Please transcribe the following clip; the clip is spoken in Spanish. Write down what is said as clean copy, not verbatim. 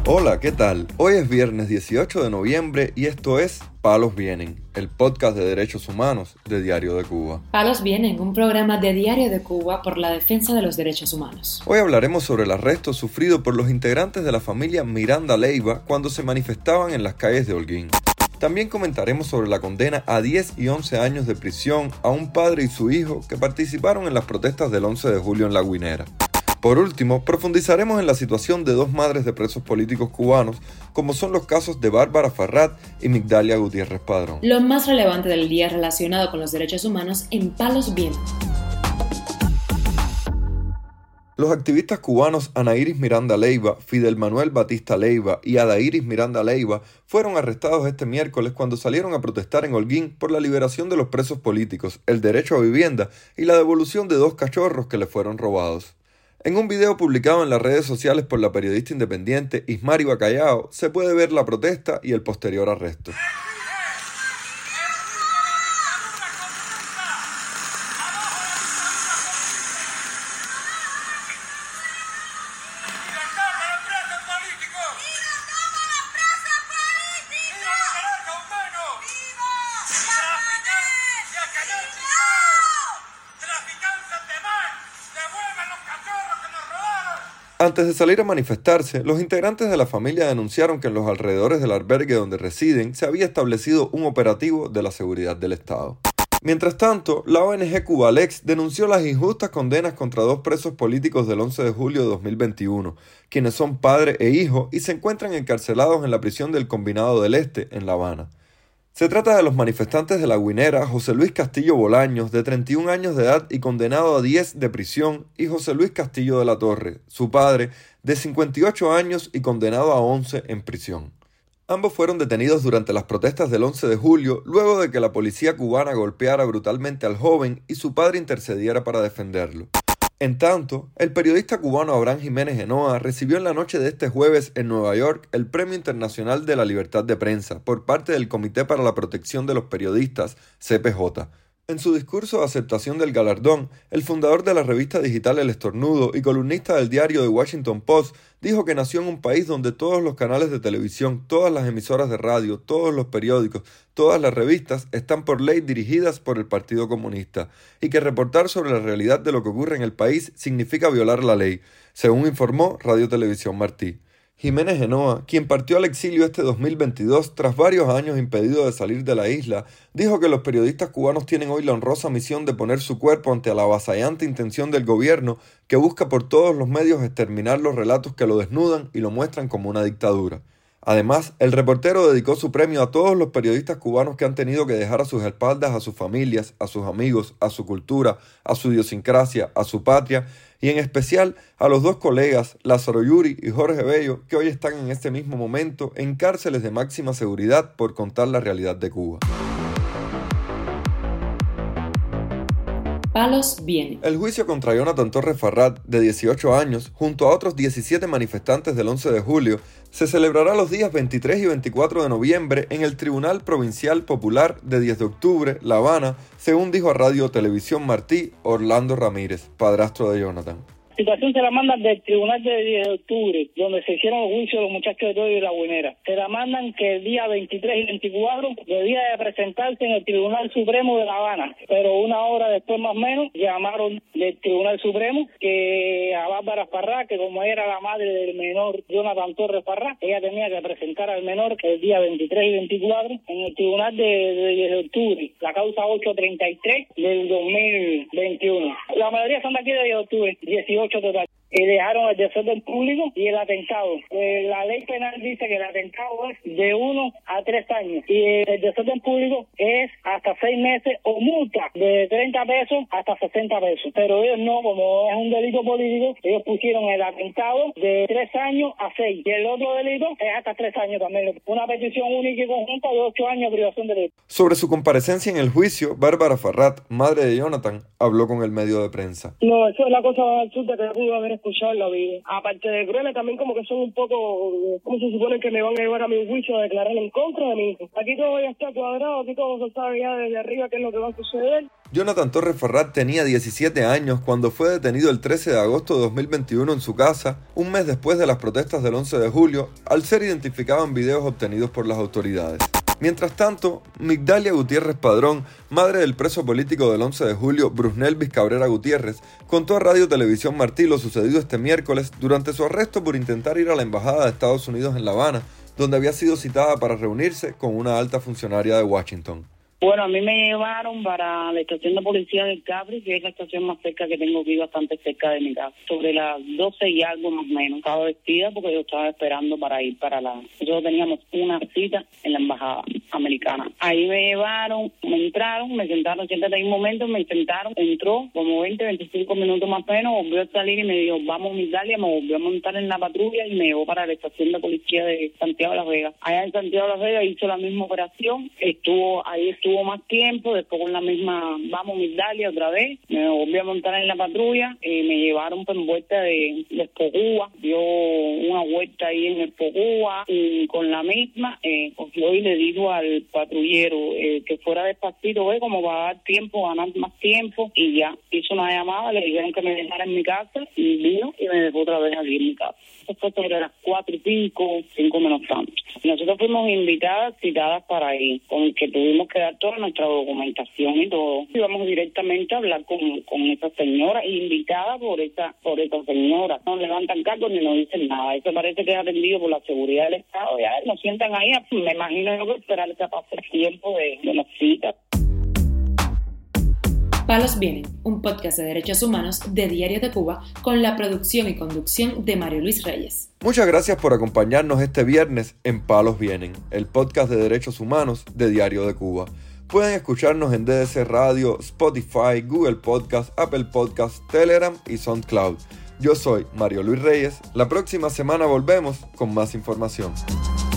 Hola, ¿qué tal? Hoy es viernes 18 de noviembre y esto es Palos Vienen, el podcast de derechos humanos de Diario de Cuba. Palos Vienen, un programa de Diario de Cuba por la defensa de los derechos humanos. Hoy hablaremos sobre el arresto sufrido por los integrantes de la familia Miranda Leiva cuando se manifestaban en las calles de Holguín. También comentaremos sobre la condena a 10 y 11 años de prisión a un padre y su hijo que participaron en las protestas del 11 de julio en La Guinera. Por último, profundizaremos en la situación de dos madres de presos políticos cubanos, como son los casos de Bárbara Farrat y Migdalia Gutiérrez Padrón. Lo más relevante del día relacionado con los derechos humanos en Palos Vienen. Los activistas cubanos Ana Iris Miranda Leiva, Fidel Manuel Batista Leiva y Adairis Miranda Leiva fueron arrestados este miércoles cuando salieron a protestar en Holguín por la liberación de los presos políticos, el derecho a vivienda y la devolución de dos cachorros que les fueron robados. En un video publicado en las redes sociales por la periodista independiente Ismari Bacallao se puede ver la protesta y el posterior arresto. Antes de salir a manifestarse, los integrantes de la familia denunciaron que en los alrededores del albergue donde residen se había establecido un operativo de la seguridad del Estado. Mientras tanto, la ONG Cubalex denunció las injustas condenas contra dos presos políticos del 11 de julio de 2021, quienes son padre e hijo y se encuentran encarcelados en la prisión del Combinado del Este, en La Habana. Se trata de los manifestantes de La Guinera, José Luis Castillo Bolaños, de 31 años de edad y condenado a 10 de prisión, y José Luis Castillo de la Torre, su padre, de 58 años y condenado a 11 en prisión. Ambos fueron detenidos durante las protestas del 11 de julio, luego de que la policía cubana golpeara brutalmente al joven y su padre intercediera para defenderlo. En tanto, el periodista cubano Abraham Jiménez Genoa recibió en la noche de este jueves en Nueva York el Premio Internacional de la Libertad de Prensa por parte del Comité para la Protección de los Periodistas, CPJ. En su discurso de aceptación del galardón, el fundador de la revista digital El Estornudo y columnista del diario The Washington Post dijo que nació en un país donde todos los canales de televisión, todas las emisoras de radio, todos los periódicos, todas las revistas están por ley dirigidas por el Partido Comunista y que reportar sobre la realidad de lo que ocurre en el país significa violar la ley, según informó Radio Televisión Martí. Jiménez Genoa, quien partió al exilio este 2022 tras varios años impedido de salir de la isla, dijo que los periodistas cubanos tienen hoy la honrosa misión de poner su cuerpo ante la avasallante intención del gobierno que busca por todos los medios exterminar los relatos que lo desnudan y lo muestran como una dictadura. Además, el reportero dedicó su premio a todos los periodistas cubanos que han tenido que dejar a sus espaldas a sus familias, a sus amigos, a su cultura, a su idiosincrasia, a su patria, y en especial a los dos colegas, Lázaro Yuri y Jorge Bello, que hoy están en este mismo momento en cárceles de máxima seguridad por contar la realidad de Cuba. Palos Vienen. El juicio contra Jonathan Torres Farrat, de 18 años, junto a otros 17 manifestantes del 11 de julio, se celebrará los días 23 y 24 de noviembre en el Tribunal Provincial Popular de 10 de octubre, La Habana, según dijo a Radio Televisión Martí Orlando Ramírez, padrastro de Jonathan. La citación se la mandan del tribunal de 10 de octubre, donde se hicieron los juicios de los muchachos de Toyo y La Guinera. Se la mandan que el día 23 y 24 debía de presentarse en el Tribunal Supremo de La Habana. Pero una hora después más o menos llamaron del Tribunal Supremo que a Bárbara Farrat, que como era la madre del menor Jonathan Torres Farrat, ella tenía que presentar al menor el día 23 y 24 en el Tribunal de 10 de octubre, la causa 833 del 2021. La mayoría son de aquí de 10 de octubre, 18 total. Y dejaron el desorden público y el atentado. La ley penal dice que el atentado es de 1 a 3 años y el desorden público es hasta 6 meses o multa de 30 pesos hasta 60 pesos. Pero ellos no, como es un delito político, ellos pusieron el atentado de 3 años a 6 y el otro delito es hasta 3 años también. Una petición única y conjunta de 8 años de privación de libertad. Sobre su comparecencia en el juicio, Bárbara Farrat, madre de Jonathan, habló con el medio de prensa. No, eso es la cosa más absurda que pudo haber escuchado en la vida. Aparte de crueles, también como que son un poco, ¿cómo se supone que me van a llevar a mi juicio a declarar en contra de mí? Aquí todo ya está cuadrado, aquí todo se sabe ya desde arriba qué es lo que va a suceder. Jonathan Torres Ferrat tenía 17 años cuando fue detenido el 13 de agosto de 2021 en su casa, un mes después de las protestas del 11 de julio, al ser identificado en videos obtenidos por las autoridades. Mientras tanto, Migdalia Gutiérrez Padrón, madre del preso político del 11 de julio, Brusnelvis Cabrera Gutiérrez, contó a Radio Televisión Martí lo sucedido este miércoles durante su arresto por intentar ir a la Embajada de Estados Unidos en La Habana, donde había sido citada para reunirse con una alta funcionaria de Washington. Bueno, a mí me llevaron para la estación de policía del Capri, que es la estación más cerca que tengo aquí, bastante cerca de mi casa. Sobre las 12 y algo más o menos. Estaba vestida porque yo estaba esperando para ir para Nosotros teníamos una cita en la embajada americana. Ahí me llevaron, me entraron, me sentaron, siéntate ahí un momento, me sentaron, entró como 20, 25 minutos más o menos, volvió a salir y me dijo, vamos Migdalia, me volvió a montar en la patrulla y me llevó para la estación de policía de Santiago de Las Vegas. Allá en Santiago de Las Vegas hizo la misma operación, estuvo más tiempo, después con la misma, vamos Migdalia otra vez, me volví a montar en la patrulla, me llevaron por vuelta de Espocúa, dio una vuelta ahí en Espocúa y con la misma, cogió y le dijo al patrullero que fuera despacito, como va a dar tiempo, ganar más tiempo, y ya hizo una llamada, le dijeron que me dejara en mi casa y vino y me dejó otra vez aquí en mi casa. Eso fue sobre las 4:05, 5 menos tanto. Nosotros fuimos invitadas, citadas para ir, con que tuvimos que dar toda nuestra documentación y todo. Íbamos directamente a hablar con esa señora, invitada por esa señora. No levantan cargos ni nos dicen nada. Eso parece que es atendido por la seguridad del Estado. Ya nos sientan ahí, me imagino yo que esperar que pase el tiempo de la cita. Palos Vienen, un podcast de derechos humanos de Diario de Cuba con la producción y conducción de Mario Luis Reyes. Muchas gracias por acompañarnos este viernes en Palos Vienen, el podcast de derechos humanos de Diario de Cuba. Pueden escucharnos en DDC Radio, Spotify, Google Podcast, Apple Podcast, Telegram y SoundCloud. Yo soy Mario Luis Reyes. La próxima semana volvemos con más información.